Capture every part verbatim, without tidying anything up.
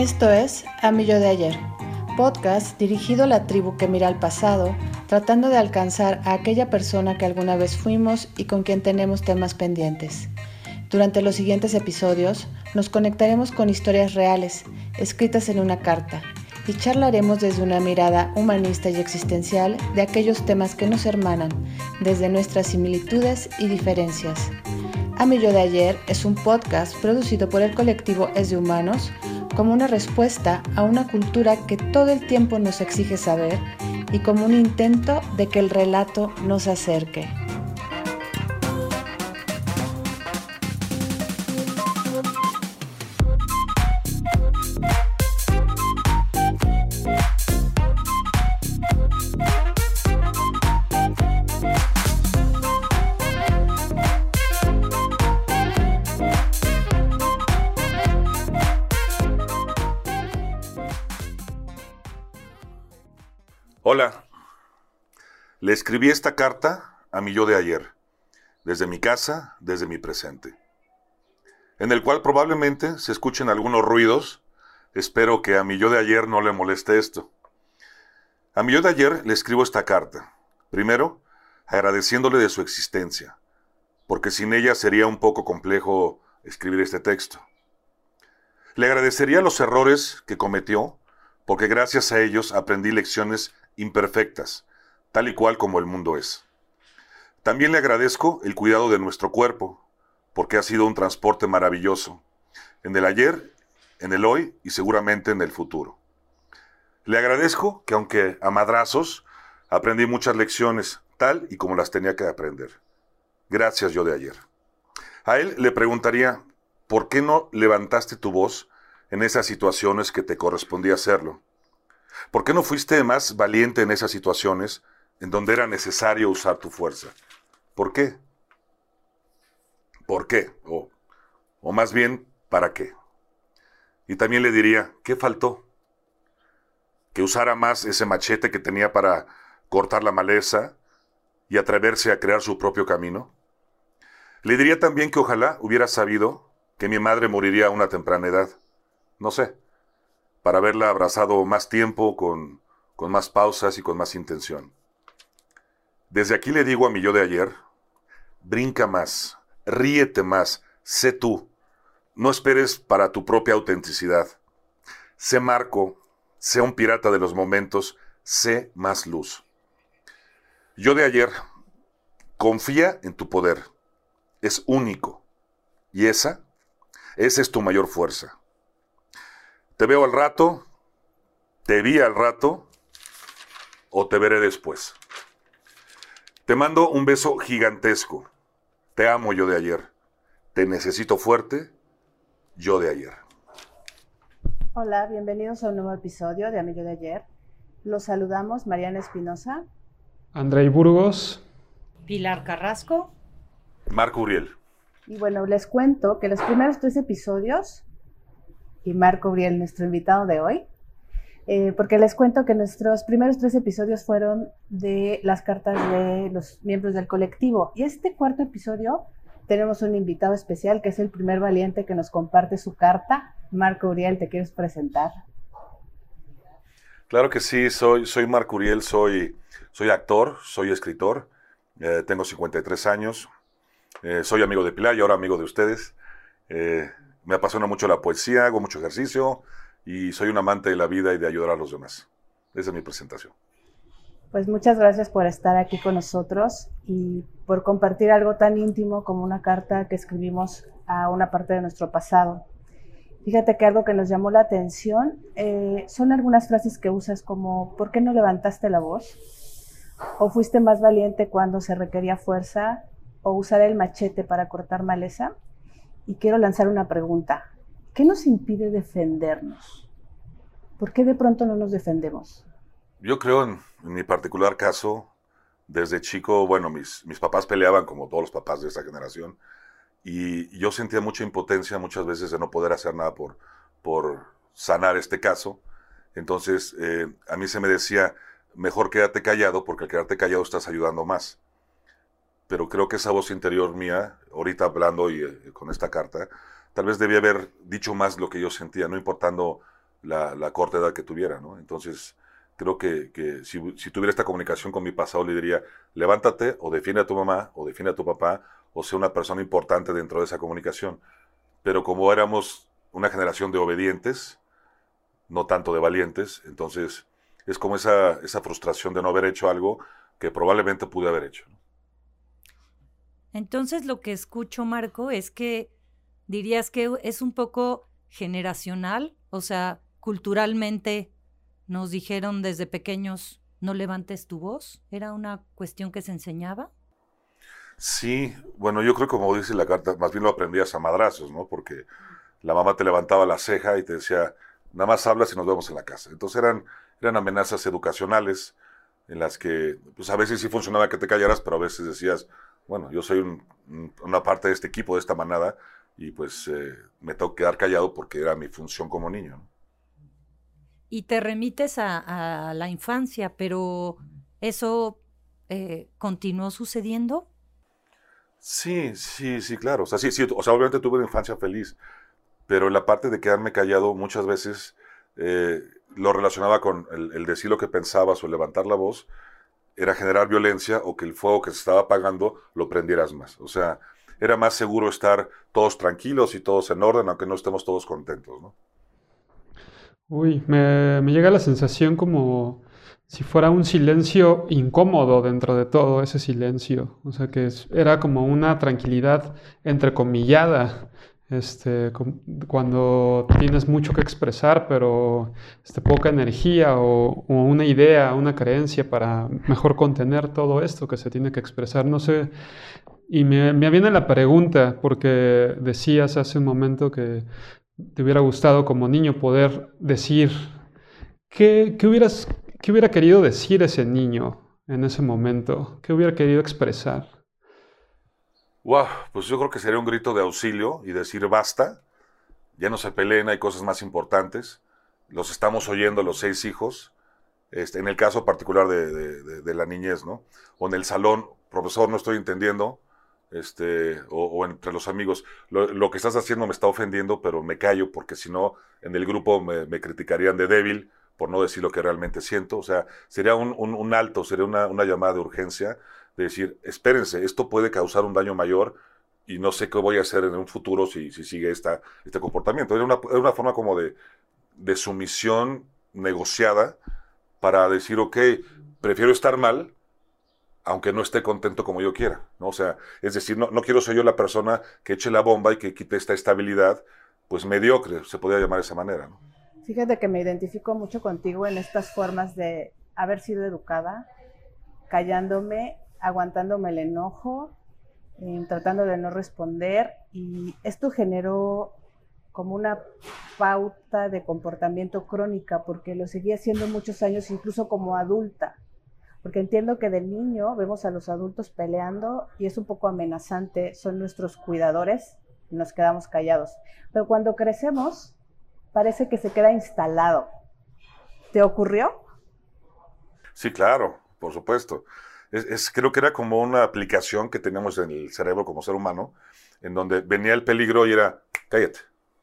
Esto es A mi yo de ayer, podcast dirigido a la tribu que mira al pasado, tratando de alcanzar a aquella persona que alguna vez fuimos y con quien tenemos temas pendientes. Durante los siguientes episodios nos conectaremos con historias reales, escritas en una carta, y charlaremos desde una mirada humanista y existencial de aquellos temas que nos hermanan, desde nuestras similitudes y diferencias. A mi yo de ayer es un podcast producido por el colectivo Es de Humanos, como una respuesta a una cultura que todo el tiempo nos exige saber y como un intento de que el relato nos acerque. Hola, le escribí esta carta a mi yo de ayer, desde mi casa, desde mi presente, en el cual probablemente se escuchen algunos ruidos. Espero que a mi yo de ayer no le moleste esto. A mi yo de ayer le escribo esta carta, primero agradeciéndole de su existencia, porque sin ella sería un poco complejo escribir este texto. Le agradecería los errores que cometió, porque gracias a ellos aprendí lecciones imperfectas, tal y cual como el mundo es. También le agradezco el cuidado de nuestro cuerpo, porque ha sido un transporte maravilloso, en el ayer, en el hoy y seguramente en el futuro. Le agradezco que aunque a madrazos, aprendí muchas lecciones, tal y como las tenía que aprender. Gracias, yo de ayer. A él le preguntaría, ¿por qué no levantaste tu voz en esas situaciones que te correspondía hacerlo? ¿Por qué no fuiste más valiente en esas situaciones en donde era necesario usar tu fuerza? ¿Por qué? ¿Por qué? O, o más bien, ¿para qué? Y también le diría, ¿qué faltó? Que usara más ese machete que tenía para cortar la maleza y atreverse a crear su propio camino. Le diría también que ojalá hubiera sabido que mi madre moriría a una temprana edad. No sé, para haberla abrazado más tiempo, con, con más pausas y con más intención. Desde aquí le digo a mi yo de ayer, brinca más, ríete más, sé tú. No esperes para tu propia autenticidad. Sé Marco, sé un pirata de los momentos, sé más luz. Yo de ayer, confía en tu poder. Es único. Y esa, esa es tu mayor fuerza. Te veo al rato, te vi al rato, o te veré después. Te mando un beso gigantesco. Te amo, yo de ayer. Te necesito fuerte, yo de ayer. Hola, bienvenidos a un nuevo episodio de A mi yo de ayer. Los saludamos Mariana Espinosa, Andrei Burgos, Pilar Carrasco, Marco Uriel. y bueno, les cuento que los primeros tres episodios, y Marco Uriel, nuestro invitado de hoy, eh, porque les cuento que nuestros primeros tres episodios fueron de las cartas de los miembros del colectivo, y este cuarto episodio tenemos un invitado especial que es el primer valiente que nos comparte su carta. Marco Uriel, ¿te quieres presentar? Claro que sí, soy, soy Marco Uriel, soy, soy actor, soy escritor, eh, tengo cincuenta y tres años, eh, soy amigo de Pilar y ahora amigo de ustedes. Eh, me apasiona mucho la poesía, hago mucho ejercicio y soy un amante de la vida y de ayudar a los demás. Esa es mi presentación. Pues muchas gracias por estar aquí con nosotros y por compartir algo tan íntimo como una carta que escribimos a una parte de nuestro pasado. Fíjate que algo que nos llamó la atención eh, son algunas frases que usas como ¿por qué no levantaste la voz? ¿O fuiste más valiente cuando se requería fuerza? ¿O usar el machete para cortar maleza? Y quiero lanzar una pregunta. ¿Qué nos impide defendernos? ¿Por qué de pronto no nos defendemos? Yo creo en, en mi particular caso, desde chico, bueno, mis, mis papás peleaban como todos los papás de esta generación y yo sentía mucha impotencia muchas veces de no poder hacer nada por, por sanar este caso. Entonces, eh, a mí se me decía, mejor quédate callado porque al quedarte callado estás ayudando más. Pero creo que esa voz interior mía, ahorita hablando y eh, con esta carta, tal vez debía haber dicho más lo que yo sentía, no importando la, la corta edad que tuviera, ¿no? Entonces, creo que, que si, si tuviera esta comunicación con mi pasado, le diría, levántate o defiende a tu mamá o defiende a tu papá o sea una persona importante dentro de esa comunicación. Pero como éramos una generación de obedientes, no tanto de valientes, entonces es como esa, esa frustración de no haber hecho algo que probablemente pude haber hecho. Entonces lo que escucho, Marco, es que dirías que es un poco generacional, o sea, culturalmente nos dijeron desde pequeños, no levantes tu voz, ¿era una cuestión que se enseñaba? Sí, bueno, yo creo que como dice la carta, más bien lo aprendías a madrazos, ¿no? Porque la mamá te levantaba la ceja y te decía, nada más hablas y nos vemos en la casa. Entonces eran, eran amenazas educacionales en las que, pues a veces sí funcionaba que te callaras, pero a veces decías, bueno, yo soy un, un, una parte de este equipo, de esta manada, y pues eh, me tengo que quedar callado porque era mi función como niño, ¿no? Y te remites a, a la infancia, pero ¿eso eh, continuó sucediendo? Sí, sí, sí, claro. O sea, sí, sí, o sea, obviamente tuve una infancia feliz, pero la parte de quedarme callado muchas veces eh, lo relacionaba con el, el decir lo que pensabas o el levantar la voz, era generar violencia o que el fuego que se estaba apagando lo prendieras más. O sea, era más seguro estar todos tranquilos y todos en orden, aunque no estemos todos contentos, ¿no? Uy, me, me llega la sensación como si fuera un silencio incómodo dentro de todo ese silencio. O sea, que es- era como una tranquilidad entrecomillada. Este, com- cuando tienes mucho que expresar, pero este, poca energía o, o una idea, una creencia para mejor contener todo esto que se tiene que expresar. No sé, y me, me viene la pregunta, porque decías hace un momento que te hubiera gustado como niño poder decir, ¿qué, qué hubieras, qué hubiera querido decir ese niño en ese momento? ¿Qué hubiera querido expresar? Wow, pues yo creo que sería un grito de auxilio y decir basta, ya no se peleen, hay cosas más importantes, los estamos oyendo los seis hijos, este, en el caso particular de, de, de, de la niñez, ¿no? O en el salón, profesor, no estoy entendiendo, este, o, o entre los amigos, lo, lo que estás haciendo me está ofendiendo, pero me callo porque si no, en el grupo me, me criticarían de débil por no decir lo que realmente siento. O sea, sería un, un, un alto, sería una, una llamada de urgencia de decir, espérense, esto puede causar un daño mayor y no sé qué voy a hacer en un futuro si, si sigue esta, este comportamiento. Es una, es una forma como de, de sumisión negociada para decir, ok, prefiero estar mal, aunque no esté contento como yo quiera, ¿no? O sea, es decir, no, no quiero ser yo la persona que eche la bomba y que quite esta estabilidad, pues mediocre, se podría llamar de esa manera, ¿no? Fíjate que me identifico mucho contigo en estas formas de haber sido educada, callándome, aguantándome el enojo, eh, tratando de no responder, y esto generó como una pauta de comportamiento crónica, porque lo seguí haciendo muchos años, incluso como adulta, porque entiendo que de niño vemos a los adultos peleando y es un poco amenazante, son nuestros cuidadores y nos quedamos callados, pero cuando crecemos parece que se queda instalado. ¿Te ocurrió? Sí, claro, por supuesto. Es, es, creo que era como una aplicación que teníamos en el cerebro como ser humano, en donde venía el peligro y era, cállate.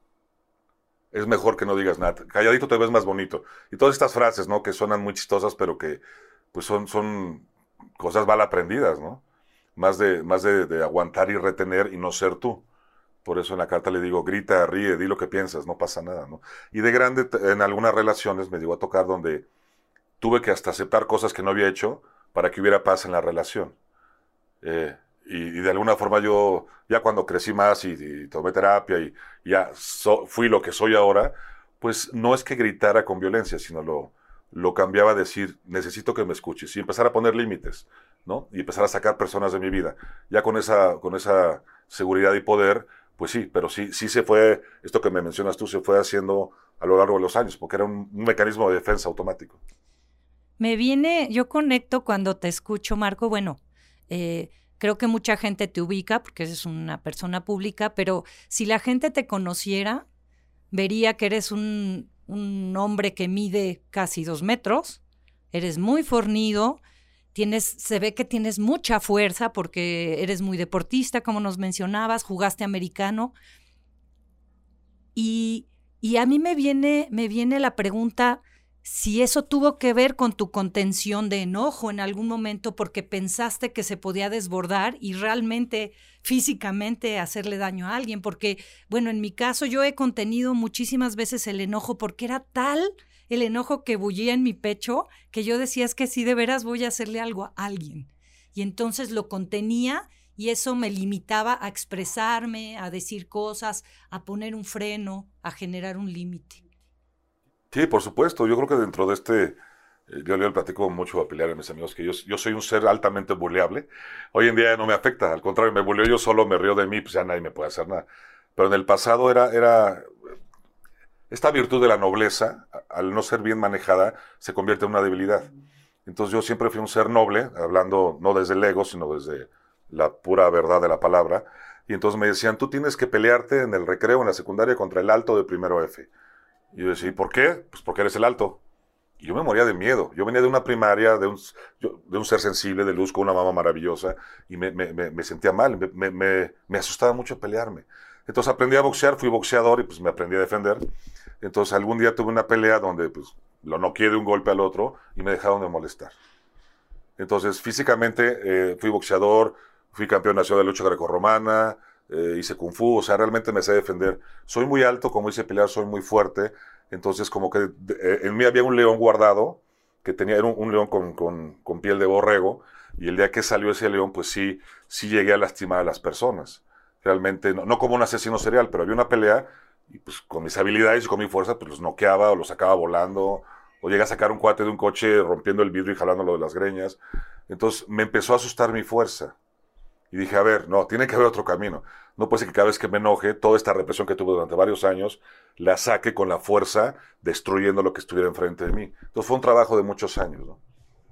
Es mejor que no digas nada. Calladito te ves más bonito. Y todas estas frases, ¿no? Que suenan muy chistosas, pero que pues son, son cosas mal aprendidas, ¿no? Más de, más de, de aguantar y retener y no ser tú. Por eso en la carta le digo, grita, ríe, di lo que piensas, no pasa nada, ¿no? Y de grande, en algunas relaciones me llegó a tocar donde tuve que hasta aceptar cosas que no había hecho para que hubiera paz en la relación. Eh, y, y de alguna forma yo, ya cuando crecí más y, y tomé terapia y, y ya so, fui lo que soy ahora, pues no es que gritara con violencia, sino lo, lo cambiaba a decir, necesito que me escuches, y empezar a poner límites, ¿no? Y empezar a sacar personas de mi vida. Ya con esa, con esa seguridad y poder, pues sí, pero sí, sí se fue, esto que me mencionas tú, se fue haciendo a lo largo de los años, porque era un, un mecanismo de defensa automático. Me viene, yo conecto cuando te escucho, Marco, bueno, eh, creo que mucha gente te ubica porque eres una persona pública, pero si la gente te conociera, vería que eres un, un hombre que mide casi dos metros, eres muy fornido, tienes, se ve que tienes mucha fuerza porque eres muy deportista, como nos mencionabas, jugaste americano, y Y a mí me viene, me viene la pregunta si eso tuvo que ver con tu contención de enojo en algún momento porque pensaste que se podía desbordar y realmente físicamente hacerle daño a alguien. Porque, bueno, en mi caso yo he contenido muchísimas veces el enojo porque era tal el enojo que bullía en mi pecho que yo decía es que sí, de veras voy a hacerle algo a alguien. Y entonces lo contenía y eso me limitaba a expresarme, a decir cosas, a poner un freno, a generar un límite. Sí, por supuesto. Yo creo que dentro de este, eh, yo le platico mucho a pelear a mis amigos que yo, yo soy un ser altamente buleable. Hoy en día no me afecta, al contrario, me buleo yo solo, me río de mí, pues ya nadie me puede hacer nada. Pero en el pasado era, era esta virtud de la nobleza, al no ser bien manejada, se convierte en una debilidad. Entonces yo siempre fui un ser noble, hablando no desde el ego, sino desde la pura verdad de la palabra. Y entonces me decían, tú tienes que pelearte en el recreo, en la secundaria, contra el alto de primero F. Y yo decía, ¿y por qué? Pues porque eres el alto. Y yo me moría de miedo. Yo venía de una primaria, de un, yo, de un ser sensible, de luz, con una mamá maravillosa, y me, me, me, me sentía mal, me, me, me asustaba mucho pelearme. Entonces aprendí a boxear, fui boxeador y pues me aprendí a defender. Entonces algún día tuve una pelea donde pues lo noqueé de un golpe al otro y me dejaron de molestar. Entonces físicamente eh, fui boxeador, fui campeón nacional de lucha grecorromana, eh, hice kung fu, o sea, realmente me sé defender. Soy muy alto, como hice pelear, soy muy fuerte. Entonces como que eh, en mí había un león guardado, que tenía, era un, un león con, con, con piel de borrego, y el día que salió ese león, pues sí, sí llegué a lastimar a las personas. Realmente, no, no como un asesino serial, pero había una pelea, y pues con mis habilidades y con mi fuerza, pues los noqueaba o los sacaba volando, o llegué a sacar un cuate de un coche rompiendo el vidrio y jalándolo de las greñas. Entonces me empezó a asustar mi fuerza. Y dije, a ver, no, tiene que haber otro camino. No puede ser que cada vez que me enoje, toda esta represión que tuve durante varios años, la saque con la fuerza, destruyendo lo que estuviera enfrente de mí. Entonces fue un trabajo de muchos años, ¿no?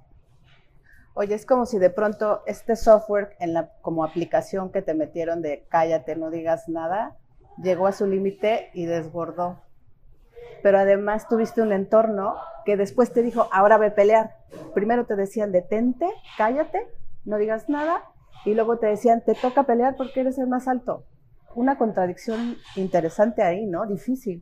Oye, es como si de pronto este software, en la, como aplicación que te metieron de cállate, no digas nada, llegó a su límite y desbordó. Pero además tuviste un entorno que después te dijo, ahora ve a pelear. Primero te decían, detente, cállate, no digas nada. Y luego te decían, te toca pelear porque eres el más alto. Una contradicción interesante ahí, ¿no? Difícil.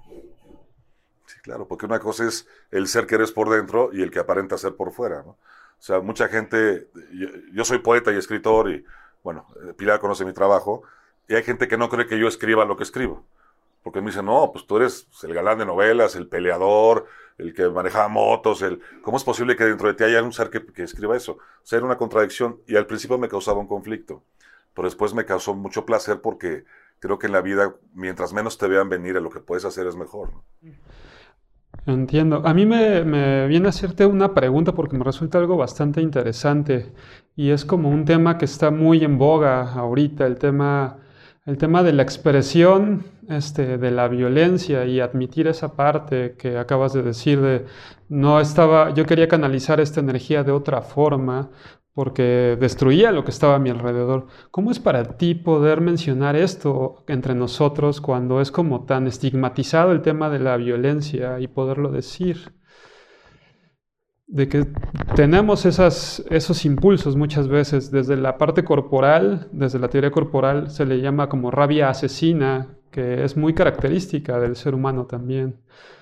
Sí, claro, porque una cosa es el ser que eres por dentro y el que aparenta ser por fuera, ¿no? O sea, mucha gente, yo, yo soy poeta y escritor y, bueno, Pilar conoce mi trabajo, y hay gente que no cree que yo escriba lo que escribo. Porque me dicen, no, pues tú eres el galán de novelas, el peleador, el que manejaba motos, el... ¿cómo es posible que dentro de ti haya un ser que, que escriba eso? O sea, era una contradicción y al principio me causaba un conflicto, pero después me causó mucho placer porque creo que en la vida, mientras menos te vean venir, a lo que puedes hacer es mejor, ¿no? Entiendo. A mí me, me viene a hacerte una pregunta porque me resulta algo bastante interesante y es como un tema que está muy en boga ahorita, el tema... El tema de la expresión este, de la violencia y admitir esa parte que acabas de decir de no estaba, yo quería canalizar esta energía de otra forma porque destruía lo que estaba a mi alrededor. ¿Cómo es para ti poder mencionar esto entre nosotros cuando es como tan estigmatizado el tema de la violencia y poderlo decir? De que tenemos esas, esos impulsos muchas veces desde la parte corporal, desde la teoría corporal se le llama como rabia asesina, que es muy característica del ser humano también.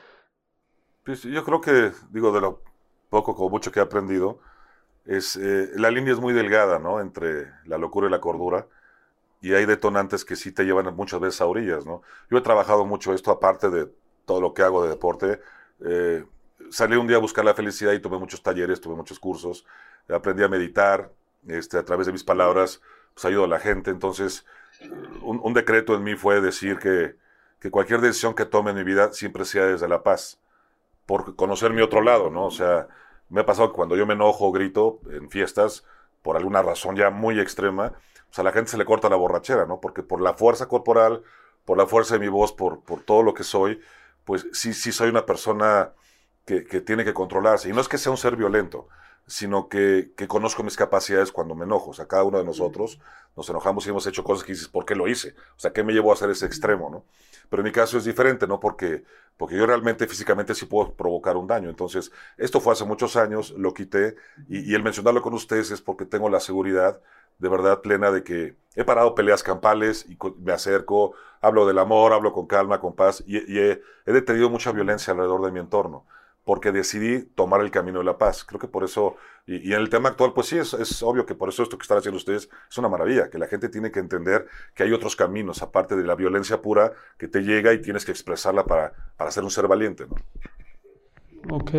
Pues yo creo que, digo, de lo poco o mucho que he aprendido, es, eh, la línea es muy delgada, ¿no? Entre la locura y la cordura, y hay detonantes que sí te llevan muchas veces a orillas, ¿no? Yo he trabajado mucho esto, aparte de todo lo que hago de deporte. eh, Salí un día a buscar la felicidad y tuve muchos talleres, tuve muchos cursos, aprendí a meditar, este, a través de mis palabras, pues ayudo a la gente. Entonces, un, un decreto en mí fue decir que, que cualquier decisión que tome en mi vida siempre sea desde la paz, por conocer mi otro lado, ¿no? O sea, me ha pasado que cuando yo me enojo o grito en fiestas, por alguna razón ya muy extrema, pues a la gente se le corta la borrachera, ¿no? Porque por la fuerza corporal, por la fuerza de mi voz, por, por todo lo que soy, pues sí, sí soy una persona... Que, que tiene que controlarse. Y no es que sea un ser violento, sino que, que conozco mis capacidades cuando me enojo. O sea, cada uno de nosotros nos enojamos y hemos hecho cosas que dices, ¿por qué lo hice? O sea, ¿qué me llevó a hacer ese extremo, no? Pero en mi caso es diferente, ¿no? Porque, porque yo realmente físicamente sí puedo provocar un daño. Entonces, esto fue hace muchos años, lo quité, y, y el mencionarlo con ustedes es porque tengo la seguridad de verdad plena de que he parado peleas campales y me acerco, hablo del amor, hablo con calma, con paz, y, y he, he detenido mucha violencia alrededor de mi entorno, porque decidí tomar el camino de la paz. Creo que por eso, y, y en el tema actual, pues sí, es, es obvio que por eso esto que están haciendo ustedes es una maravilla, que la gente tiene que entender que hay otros caminos, aparte de la violencia pura que te llega y tienes que expresarla para, para ser un ser valiente, ¿no? Ok,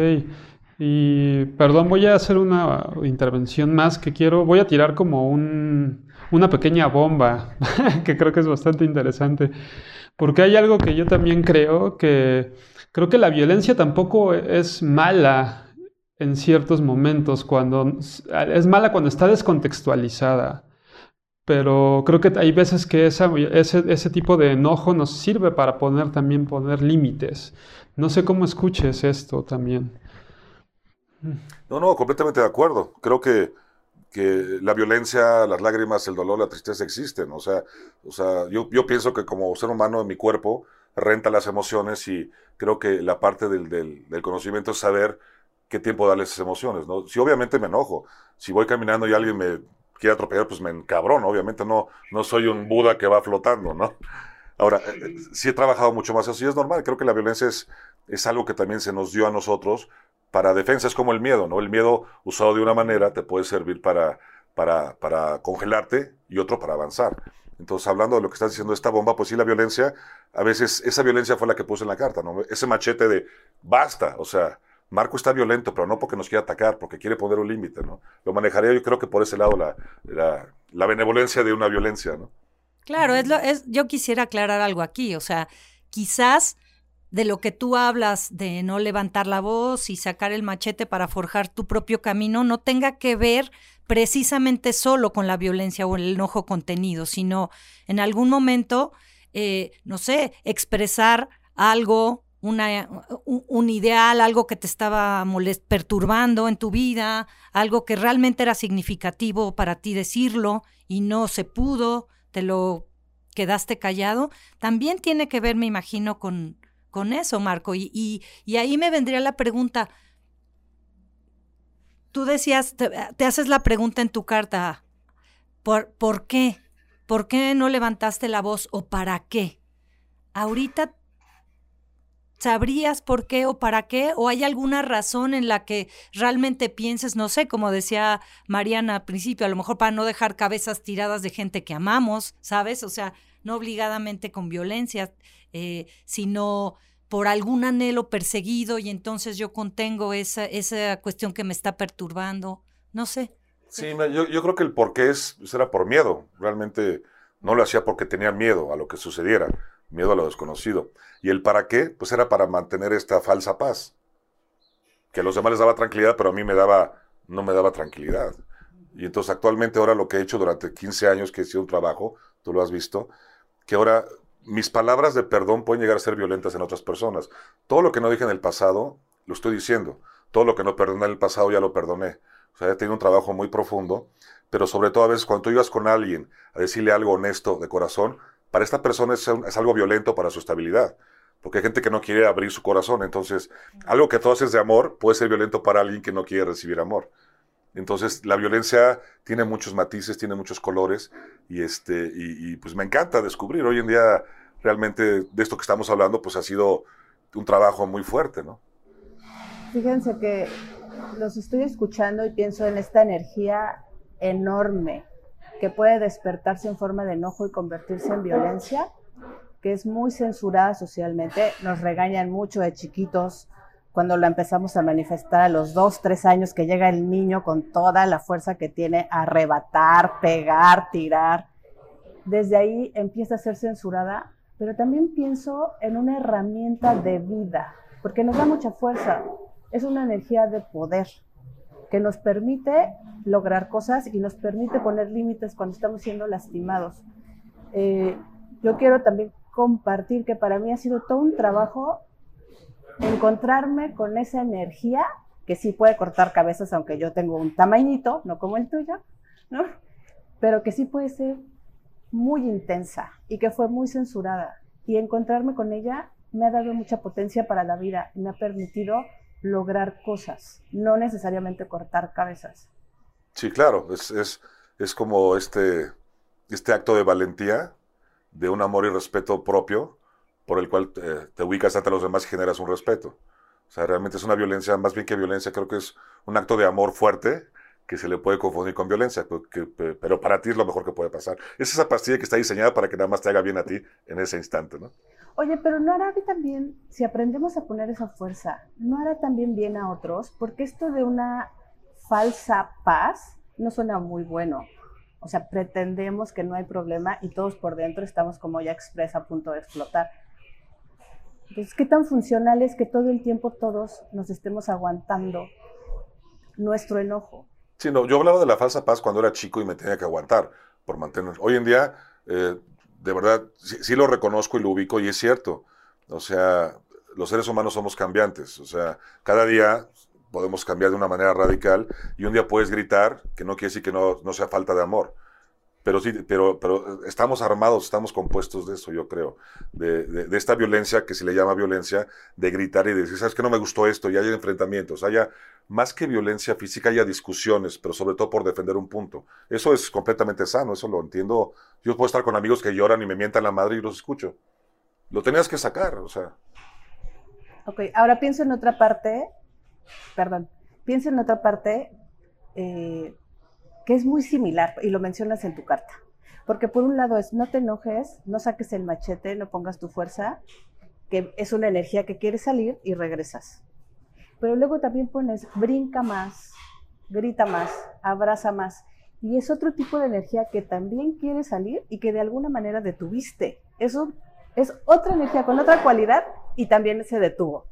y perdón, voy a hacer una intervención más que quiero, voy a tirar como un, una pequeña bomba, que creo que es bastante interesante, porque hay algo que yo también creo, que creo que la violencia tampoco es mala en ciertos momentos, cuando es mala cuando está descontextualizada. Pero creo que hay veces que esa, ese, ese tipo de enojo nos sirve para poner también poner límites. No sé cómo escuches esto también. No, no, completamente de acuerdo. Creo que, que la violencia, las lágrimas, el dolor, la tristeza existen. O sea, o sea yo, yo pienso que como ser humano en mi cuerpo renta las emociones y creo que la parte del, del, del conocimiento es saber qué tiempo darle esas emociones, ¿no? Si obviamente me enojo, si voy caminando y alguien me quiere atropellar, pues me encabrono. Obviamente no, no soy un Buda que va flotando, ¿no? Ahora, eh, sí he trabajado mucho más así, es normal. Creo que la violencia es, es algo que también se nos dio a nosotros para defensa. Es como el miedo, ¿no? El miedo usado de una manera te puede servir para, para, para congelarte y otro para avanzar. Entonces, hablando de lo que estás diciendo de esta bomba, pues sí, la violencia, a veces esa violencia fue la que puse en la carta, ¿no? Ese machete de basta, o sea, Marco está violento, pero no porque nos quiera atacar, porque quiere poner un límite, ¿no? Lo manejaría yo creo que por ese lado la, la, la benevolencia de una violencia, ¿no? Claro, es lo, es, yo quisiera aclarar algo aquí, o sea, quizás de lo que tú hablas de no levantar la voz y sacar el machete para forjar tu propio camino no tenga que ver precisamente solo con la violencia o el enojo contenido, sino en algún momento, eh, no sé, expresar algo, una, un, un ideal, algo que te estaba molest- perturbando en tu vida, algo que realmente era significativo para ti decirlo y no se pudo, te lo quedaste callado, también tiene que ver, me imagino, con, con eso, Marco. Y, y, y ahí me vendría la pregunta. Tú decías, te, te haces la pregunta en tu carta, ¿por, ¿por qué? ¿Por qué no levantaste la voz o para qué? Ahorita, ¿sabrías por qué o para qué? ¿O hay alguna razón en la que realmente pienses, no sé, como decía Mariana al principio, a lo mejor para no dejar cabezas tiradas de gente que amamos, ¿sabes? O sea, no obligadamente con violencia, eh, sino por algún anhelo perseguido y entonces yo contengo esa, esa cuestión que me está perturbando, no sé. Sí, yo, yo creo que el por qué es, pues era por miedo. Realmente no lo hacía porque tenía miedo a lo que sucediera, miedo a lo desconocido. Y el para qué, pues era para mantener esta falsa paz, que a los demás les daba tranquilidad, pero a mí me daba, no me daba tranquilidad. Y entonces actualmente ahora lo que he hecho durante quince años, que he sido un trabajo, tú lo has visto, que ahora mis palabras de perdón pueden llegar a ser violentas en otras personas. Todo lo que no dije en el pasado, lo estoy diciendo. Todo lo que no perdoné en el pasado, ya lo perdoné. O sea, he tenido un trabajo muy profundo, pero sobre todo a veces cuando tú ibas con alguien a decirle algo honesto de corazón, para esta persona es, es algo violento para su estabilidad. Porque hay gente que no quiere abrir su corazón. Entonces, algo que tú haces de amor puede ser violento para alguien que no quiere recibir amor. Entonces, la violencia tiene muchos matices, tiene muchos colores, y, este, y, y pues me encanta descubrir. Hoy en día, realmente, de esto que estamos hablando, pues ha sido un trabajo muy fuerte, ¿no? Fíjense que los estoy escuchando y pienso en esta energía enorme que puede despertarse en forma de enojo y convertirse en violencia, que es muy censurada socialmente. Nos regañan mucho de chiquitos cuando la empezamos a manifestar a los dos, tres años, que llega el niño con toda la fuerza que tiene a arrebatar, pegar, tirar. Desde ahí empieza a ser censurada, pero también pienso en una herramienta de vida, porque nos da mucha fuerza. Es una energía de poder que nos permite lograr cosas y nos permite poner límites cuando estamos siendo lastimados. Eh, yo quiero también compartir que para mí ha sido todo un trabajo encontrarme con esa energía que sí puede cortar cabezas, aunque yo tengo un tamañito, no como el tuyo, ¿no? Pero que sí puede ser muy intensa y que fue muy censurada. Y encontrarme con ella me ha dado mucha potencia para la vida y me ha permitido lograr cosas, no necesariamente cortar cabezas. Sí, claro, es, es, es como este, este acto de valentía, de un amor y respeto propio, por el cual te, te ubicas ante los demás y generas un respeto. O sea, realmente es una violencia, más bien que violencia, creo que es un acto de amor fuerte que se le puede confundir con violencia, que, que, pero para ti es lo mejor que puede pasar. Es esa pastilla que está diseñada para que nada más te haga bien a ti en ese instante, ¿no? Oye, pero ¿no hará también, si aprendemos a poner esa fuerza, no hará también bien a otros? Porque esto de una falsa paz no suena muy bueno. O sea, pretendemos que no hay problema y todos por dentro estamos como ya expresa a punto de explotar. Entonces, ¿qué tan funcional es que todo el tiempo todos nos estemos aguantando nuestro enojo? Sí, no, yo hablaba de la falsa paz cuando era chico y me tenía que aguantar por mantener. Hoy en día, eh, de verdad, sí, sí lo reconozco y lo ubico y es cierto. O sea, los seres humanos somos cambiantes. O sea, cada día podemos cambiar de una manera radical y un día puedes gritar, que no quiere decir que no, no sea falta de amor. Pero sí, pero, pero estamos armados, estamos compuestos de eso, yo creo. De, de, de esta violencia, que se le llama violencia, de gritar y de decir, ¿sabes qué? No me gustó esto, y haya enfrentamientos, haya, más que violencia física, haya discusiones, pero sobre todo por defender un punto. Eso es completamente sano, eso lo entiendo. Yo puedo estar con amigos que lloran y me mientan la madre y los escucho. Lo tenías que sacar, o sea. Ok, ahora pienso en otra parte, perdón, pienso en otra parte, eh, que es muy similar, y lo mencionas en tu carta. Porque por un lado es, no te enojes, no saques el machete, no pongas tu fuerza, que es una energía que quiere salir y regresas. Pero luego también pones, brinca más, grita más, abraza más. Y es otro tipo de energía que también quiere salir y que de alguna manera detuviste. Eso es otra energía con otra cualidad y también se detuvo.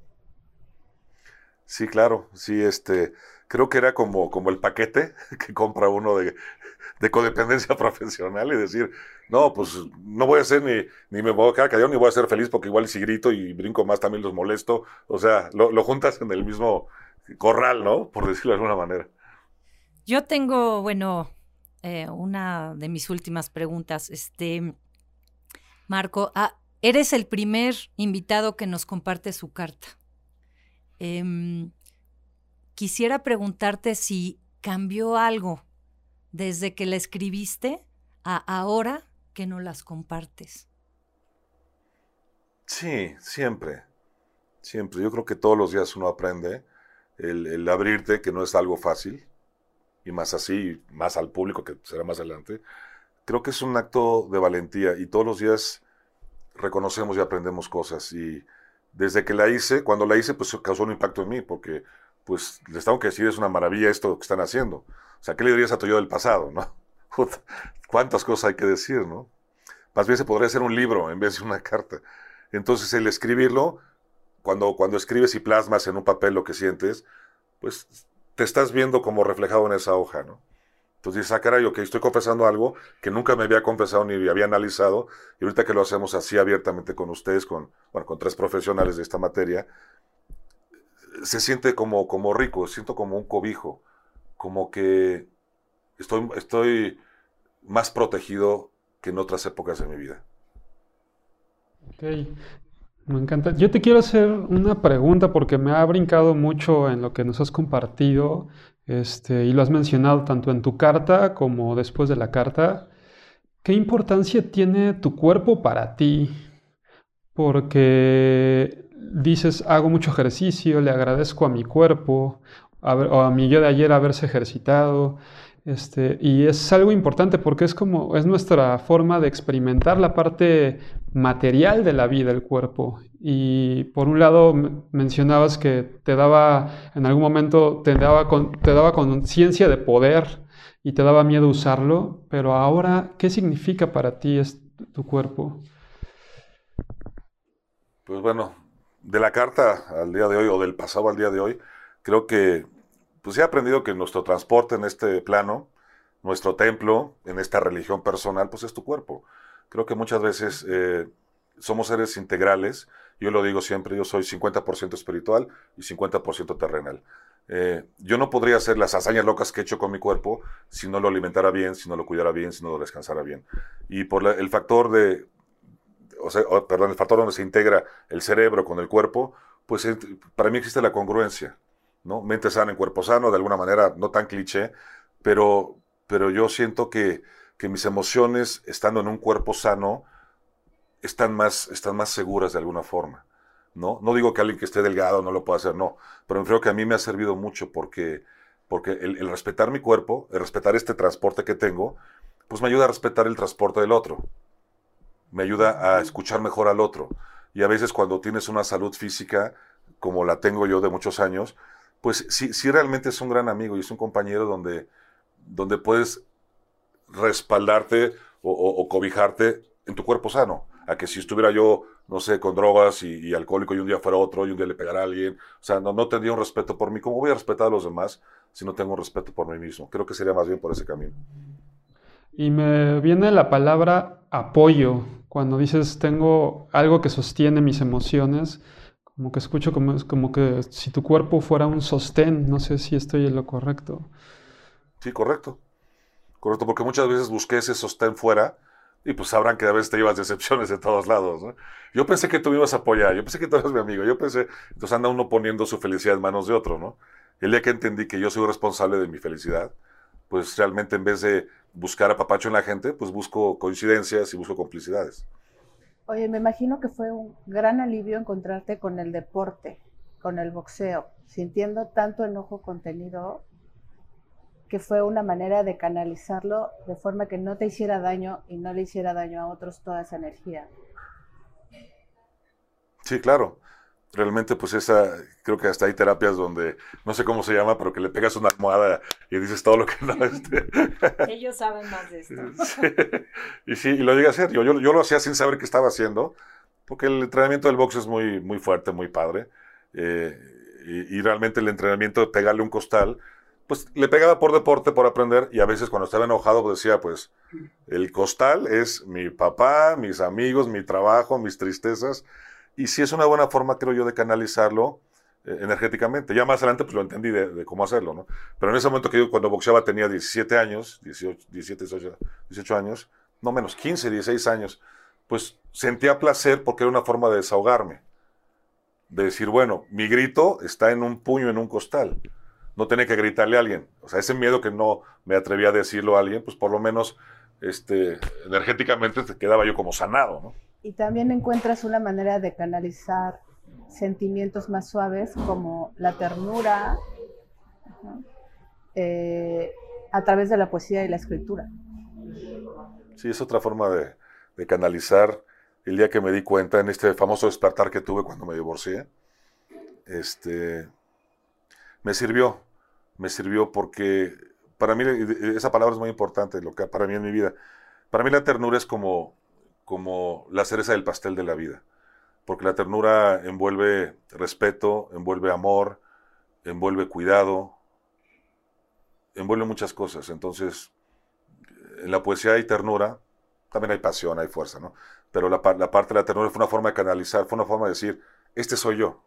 Sí, claro, sí, este, creo que era como, como el paquete que compra uno de, de codependencia profesional y decir, no, pues no voy a hacer ni, ni me voy a quedar callado ni voy a ser feliz porque igual si grito y brinco más también los molesto. O sea, lo, lo juntas en el mismo corral, ¿no? Por decirlo de alguna manera. Yo tengo, bueno, eh, una de mis últimas preguntas. Este, Marco, ah, eres el primer invitado que nos comparte su carta. Eh, quisiera preguntarte si cambió algo desde que la escribiste a ahora que no las compartes. Sí, siempre, siempre. Yo creo que todos los días uno aprende el, el abrirte, que no es algo fácil, y más así, más al público, que será más adelante. Creo que es un acto de valentía y todos los días reconocemos y aprendemos cosas. Y desde que la hice, cuando la hice, pues causó un impacto en mí, porque pues les tengo que decir, es una maravilla esto que están haciendo. O sea, ¿qué le dirías a tu yo del pasado, no? ¿Cuántas cosas hay que decir, no? Más bien se podría hacer un libro en vez de una carta. Entonces, el escribirlo, cuando, cuando escribes y plasmas en un papel lo que sientes, pues te estás viendo como reflejado en esa hoja, ¿no? Entonces dices, ah, caray, ok, estoy confesando algo que nunca me había confesado ni había analizado, y ahorita que lo hacemos así abiertamente con ustedes, con, bueno, con tres profesionales de esta materia, se siente como, como rico, siento como un cobijo, como que estoy, estoy más protegido que en otras épocas de mi vida. Ok, me encanta. Yo te quiero hacer una pregunta porque me ha brincado mucho en lo que nos has compartido, este, y lo has mencionado tanto en tu carta como después de la carta. ¿Qué importancia tiene tu cuerpo para ti? Porque dices, hago mucho ejercicio, le agradezco a mi cuerpo, a ver, o a mi yo de ayer haberse ejercitado. Este, y es algo importante porque es como, es nuestra forma de experimentar la parte material de la vida, el cuerpo. Y por un lado mencionabas que te daba, en algún momento te daba, con, te daba conciencia de poder y te daba miedo usarlo, pero ahora, ¿qué significa para ti es tu cuerpo? Pues bueno, de la carta al día de hoy, o del pasado al día de hoy, creo que pues he aprendido que nuestro transporte en este plano, nuestro templo, en esta religión personal, pues es tu cuerpo. Creo que muchas veces eh, somos seres integrales. Yo lo digo siempre, yo soy cincuenta por ciento espiritual y cincuenta por ciento terrenal. Eh, yo no podría hacer las hazañas locas que he hecho con mi cuerpo si no lo alimentara bien, si no lo cuidara bien, si no lo descansara bien. Y por la, el factor de, o sea, o, perdón, el factor donde se integra el cerebro con el cuerpo, pues eh, para mí existe la congruencia, ¿no? Mente sana en cuerpo sano, de alguna manera no tan cliché, pero pero yo siento que, que mis emociones, estando en un cuerpo sano, están más, están más seguras de alguna forma, ¿no? No digo que alguien que esté delgado no lo pueda hacer, no, pero creo que a mí me ha servido mucho porque, porque el, el respetar mi cuerpo, el respetar este transporte que tengo, pues me ayuda a respetar el transporte del otro, me ayuda a escuchar mejor al otro. Y a veces cuando tienes una salud física, como la tengo yo de muchos años, pues sí, sí realmente es un gran amigo y es un compañero donde, donde puedes respaldarte o, o, o cobijarte en tu cuerpo sano. A que si estuviera yo, no sé, con drogas y, y alcohólico y un día fuera otro y un día le pegara a alguien, o sea, no, no tendría un respeto por mí. ¿Cómo voy a respetar a los demás si no tengo un respeto por mí mismo? Creo que sería más bien por ese camino. Y me viene la palabra apoyo. Cuando dices tengo algo que sostiene mis emociones, como que escucho como, como que si tu cuerpo fuera un sostén. No sé si estoy en lo correcto. Sí, correcto. Correcto, porque muchas veces busqué ese sostén fuera y pues sabrán que a veces te llevas decepciones de todos lados, ¿no? Yo pensé que tú me ibas a apoyar, yo pensé que tú eras mi amigo, yo pensé... Entonces anda uno poniendo su felicidad en manos de otro, ¿no? El día que entendí que yo soy responsable de mi felicidad, pues realmente en vez de buscar apapacho en la gente, pues busco coincidencias y busco complicidades. Oye, me imagino que fue un gran alivio encontrarte con el deporte, con el boxeo, sintiendo tanto enojo contenido, que fue una manera de canalizarlo de forma que no te hiciera daño y no le hiciera daño a otros toda esa energía. Sí, claro. Realmente, pues esa, creo que hasta hay terapias donde, no sé cómo se llama, pero que le pegas una almohada y dices todo lo que no... Este... Ellos saben más de esto. Sí. Y sí, y lo llegué a hacer. Yo, yo, yo lo hacía sin saber qué estaba haciendo, porque el entrenamiento del box es muy, muy fuerte, muy padre. Eh, y, y realmente el entrenamiento de pegarle un costal, pues le pegaba por deporte, por aprender, y a veces cuando estaba enojado pues decía, pues, el costal es mi papá, mis amigos, mi trabajo, mis tristezas, y sí es una buena forma, creo yo, de canalizarlo eh, energéticamente. Ya más adelante pues lo entendí de, de cómo hacerlo, ¿no? Pero en ese momento que yo cuando boxeaba tenía diecisiete años, dieciocho, diecisiete, dieciocho, dieciocho años, no menos, quince, dieciséis años, pues sentía placer porque era una forma de desahogarme, de decir, bueno, mi grito está en un puño, en un costal. No tenía que gritarle a alguien. O sea, ese miedo que no me atrevía a decirlo a alguien, pues por lo menos este, energéticamente te quedaba yo como sanado, ¿no? Y también encuentras una manera de canalizar sentimientos más suaves como la ternura, uh-huh, eh, a través de la poesía y la escritura. Sí, es otra forma de, de canalizar. El día que me di cuenta en este famoso despertar que tuve cuando me divorcié, este, me sirvió. Me sirvió porque para mí esa palabra es muy importante, lo que para mí en mi vida. Para mí la ternura es como, como la cereza del pastel de la vida, porque la ternura envuelve respeto, envuelve amor, envuelve cuidado, envuelve muchas cosas. Entonces, en la poesía hay ternura, también hay pasión, hay fuerza, ¿no? Pero la, la parte de la ternura fue una forma de canalizar, fue una forma de decir, este soy yo,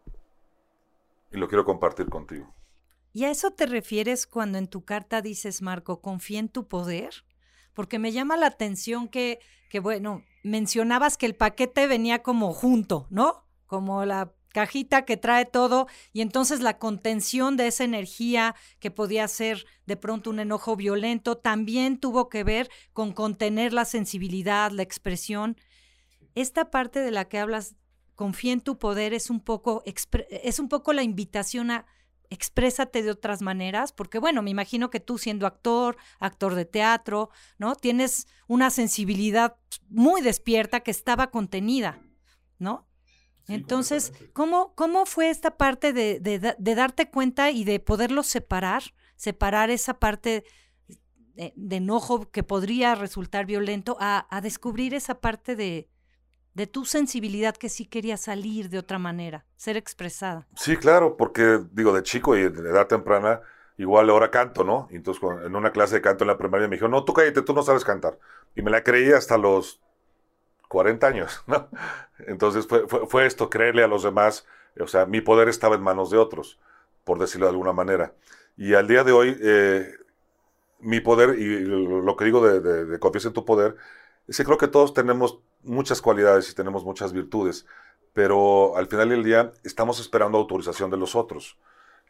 y lo quiero compartir contigo. ¿Y a eso te refieres cuando en tu carta dices, Marco, confía en tu poder? Porque me llama la atención que, que, bueno, mencionabas que el paquete venía como junto, ¿no? Como la cajita que trae todo, y entonces la contención de esa energía que podía ser de pronto un enojo violento, también tuvo que ver con contener la sensibilidad, la expresión. Esta parte de la que hablas, confía en tu poder, es un poco, es un poco la invitación a exprésate de otras maneras, porque bueno, me imagino que tú siendo actor, actor de teatro, ¿no? Tienes una sensibilidad muy despierta que estaba contenida, ¿no? Sí, entonces, ¿cómo, ¿cómo fue esta parte de, de, de darte cuenta y de poderlo separar? Separar esa parte de, de enojo que podría resultar violento a, a descubrir esa parte de, de tu sensibilidad que sí quería salir de otra manera, ser expresada. Sí, claro, porque digo, de chico y de edad temprana, igual ahora canto, ¿no? Y entonces en una clase de canto en la primaria me dijo, no, tú cállate, tú no sabes cantar. Y me la creí hasta los cuarenta años, ¿no? Entonces fue, fue, fue esto, creerle a los demás, o sea, mi poder estaba en manos de otros, por decirlo de alguna manera. Y al día de hoy, eh, mi poder, y lo que digo de, de, de confianza en tu poder, es que creo que todos tenemos muchas cualidades y tenemos muchas virtudes, pero al final del día estamos esperando autorización de los otros.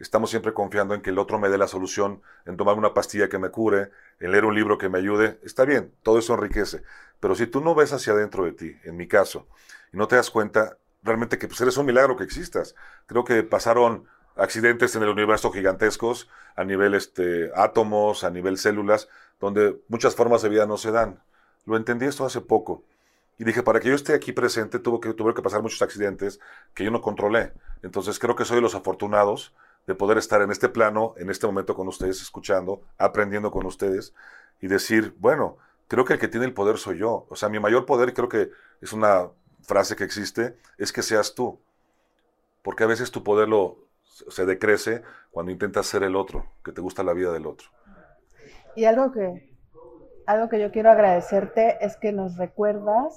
estamos siempre confiando en que el otro me dé la solución, en tomar una pastilla que me cure, en leer un libro que me ayude. Está bien, todo eso enriquece. Pero si tú no ves hacia adentro de ti, en mi caso, y no te das cuenta realmente que pues, eres un milagro que existas. Creo que pasaron accidentes en el universo gigantescos, a nivel este, átomos, a nivel células, donde muchas formas de vida no se dan. Lo entendí esto hace poco. Y dije, para que yo esté aquí presente, tuvo que, tuve que pasar muchos accidentes que yo no controlé. Entonces creo que soy de los afortunados de poder estar en este plano, en este momento con ustedes, escuchando, aprendiendo con ustedes, y decir, bueno, creo que el que tiene el poder soy yo. O sea, mi mayor poder, creo que es una frase que existe, es que seas tú. Porque a veces tu poder lo, se decrece cuando intentas ser el otro, que te gusta la vida del otro. Y algo que, algo que yo quiero agradecerte es que nos recuerdas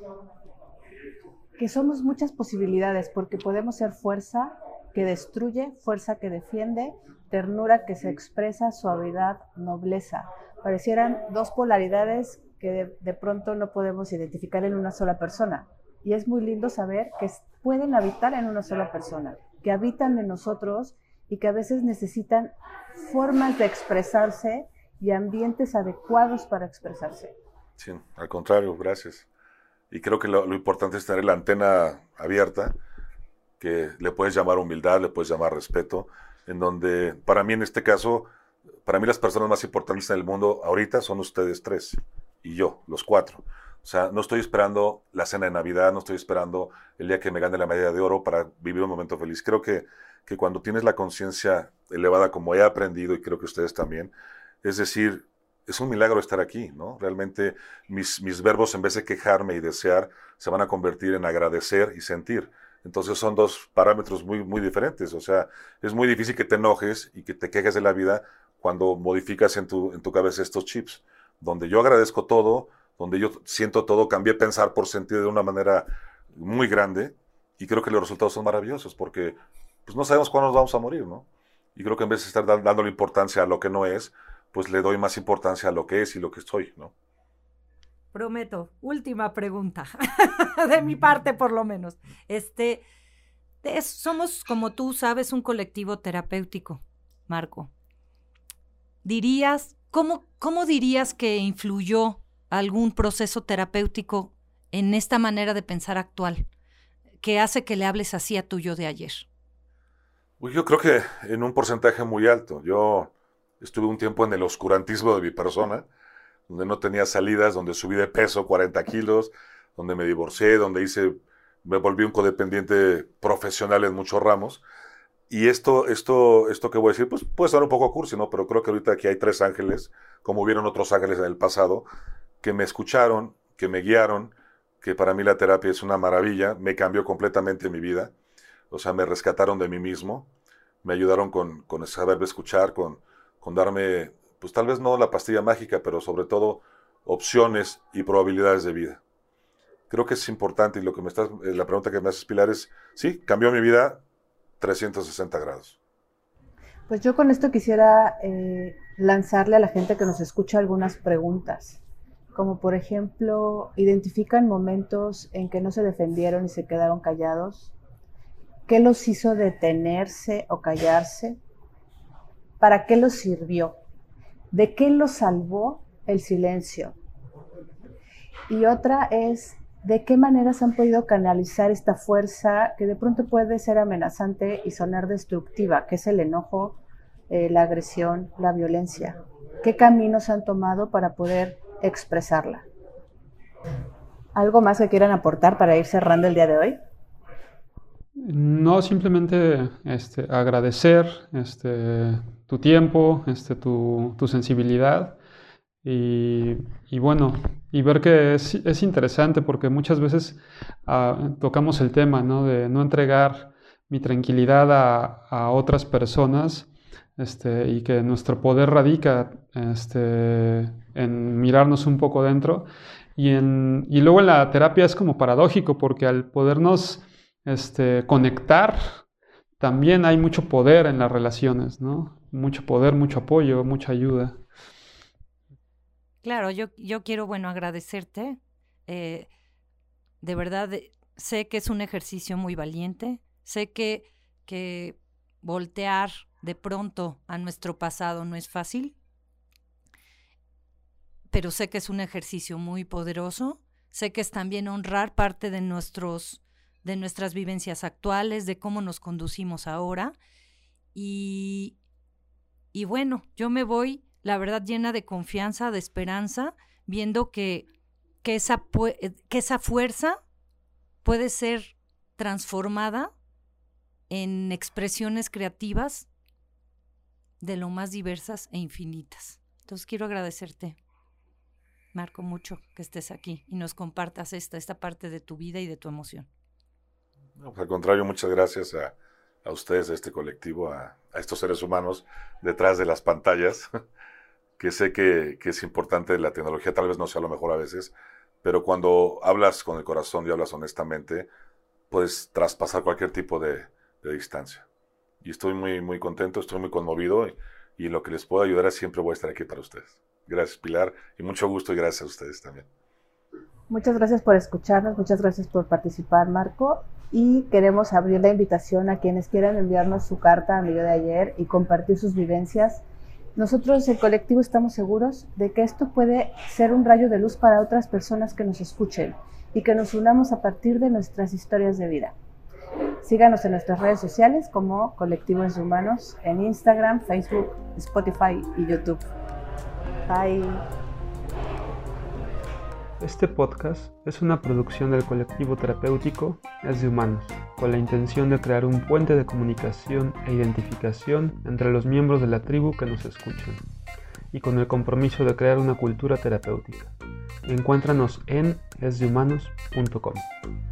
que somos muchas posibilidades, porque podemos ser fuerza que destruye, fuerza que defiende, ternura que se expresa, suavidad, nobleza. Parecieran dos polaridades que de, de pronto no podemos identificar en una sola persona. Y es muy lindo saber que pueden habitar en una sola persona, que habitan en nosotros y que a veces necesitan formas de expresarse y ambientes adecuados para expresarse. Sí, al contrario, gracias. Y creo que lo, lo importante es tener la antena abierta, que le puedes llamar humildad, le puedes llamar respeto, en donde, para mí en este caso, para mí las personas más importantes en el mundo ahorita son ustedes tres y yo, los cuatro. O sea, no estoy esperando la cena de Navidad, no estoy esperando el día que me gane la medalla de oro para vivir un momento feliz. Creo que, que cuando tienes la conciencia elevada, como he aprendido, y creo que ustedes también, es decir, es un milagro estar aquí, ¿no? Realmente mis, mis verbos, en vez de quejarme y desear, se van a convertir en agradecer y sentir. Entonces son dos parámetros muy, muy diferentes. O sea, es muy difícil que te enojes y que te quejes de la vida cuando modificas en tu, en tu cabeza estos chips, donde yo agradezco todo, donde yo siento todo, cambié pensar por sentir de una manera muy grande, y creo que los resultados son maravillosos, porque pues no sabemos cuándo nos vamos a morir, ¿no? Y creo que en vez de estar dándole importancia a lo que no es, pues le doy más importancia a lo que es y lo que soy, ¿no? Prometo, última pregunta, de mi parte por lo menos. Este, es, somos, como tú sabes, un colectivo terapéutico, Marco. ¿Dirías, cómo, cómo dirías que influyó algún proceso terapéutico en esta manera de pensar actual, que hace que le hables así a tu yo de ayer? Pues yo creo que en un porcentaje muy alto. Yo estuve un tiempo en el oscurantismo de mi persona, donde no tenía salidas, donde subí de peso cuarenta kilos, donde me divorcié, donde hice, me volví un codependiente profesional en muchos ramos. Y esto, esto, esto que voy a decir, pues puede sonar un poco cursi, ¿no? Pero creo que ahorita aquí hay tres ángeles, como hubieron otros ángeles en el pasado, que me escucharon, que me guiaron, que para mí la terapia es una maravilla, me cambió completamente mi vida. O sea, me rescataron de mí mismo, me ayudaron con, con saberme escuchar, con, con darme, pues tal vez no la pastilla mágica, pero sobre todo opciones y probabilidades de vida. Creo que es importante, y lo que me estás, la pregunta que me haces, Pilar, es, sí, cambió mi vida trescientos sesenta grados. Pues yo con esto quisiera eh, lanzarle a la gente que nos escucha algunas preguntas, como por ejemplo, ¿identifican momentos en que no se defendieron y se quedaron callados? ¿Qué los hizo detenerse o callarse? ¿Para qué los sirvió? ¿De qué los salvó el silencio? Y otra es, ¿de qué maneras han podido canalizar esta fuerza que de pronto puede ser amenazante y sonar destructiva, que es el enojo, eh, la agresión, la violencia? ¿Qué caminos han tomado para poder expresarla? ¿Algo más que quieran aportar para ir cerrando el día de hoy? No, simplemente este, agradecer este, tu tiempo, este, tu, tu sensibilidad y, y bueno, y ver que es, es interesante porque muchas veces uh, tocamos el tema, ¿no? De no entregar mi tranquilidad a, a otras personas, este, y que nuestro poder radica este, en mirarnos un poco dentro. Y, en, y luego en la terapia es como paradójico porque al podernos Este, conectar, también hay mucho poder en las relaciones, ¿no? Mucho poder, mucho apoyo, mucha ayuda. Claro, yo, yo quiero, bueno, agradecerte. Eh, de verdad, sé que es un ejercicio muy valiente. Sé que, que voltear de pronto a nuestro pasado no es fácil, pero sé que es un ejercicio muy poderoso. Sé que es también honrar parte de, nuestros, de nuestras vivencias actuales, de cómo nos conducimos ahora. Y, y bueno, yo me voy, la verdad, llena de confianza, de esperanza, viendo que, que, esa, que esa fuerza puede ser transformada en expresiones creativas de lo más diversas e infinitas. Entonces quiero agradecerte, Marco, mucho que estés aquí y nos compartas esta, esta parte de tu vida y de tu emoción. No, pues al contrario, muchas gracias a, a ustedes, a este colectivo, a, a estos seres humanos detrás de las pantallas, que sé que, que es importante. La tecnología tal vez no sea lo mejor a veces, pero cuando hablas con el corazón y hablas honestamente, puedes traspasar cualquier tipo de, de distancia. Y estoy muy, muy contento, estoy muy conmovido y, y lo que les puedo ayudar es siempre voy a estar aquí para ustedes. Gracias, Pilar, y mucho gusto y gracias a ustedes también. Muchas gracias por escucharnos, muchas gracias por participar, Marco, y queremos abrir la invitación a quienes quieran enviarnos su carta a mi yo de ayer y compartir sus vivencias. Nosotros, el colectivo, estamos seguros de que esto puede ser un rayo de luz para otras personas que nos escuchen y que nos unamos a partir de nuestras historias de vida. Síganos en nuestras redes sociales como Colectivos Humanos en Instagram, Facebook, Spotify y YouTube. Bye. Este podcast es una producción del colectivo terapéutico Es de Humanos, con la intención de crear un puente de comunicación e identificación entre los miembros de la tribu que nos escuchan, y con el compromiso de crear una cultura terapéutica. Encuéntranos en es de humanos punto com.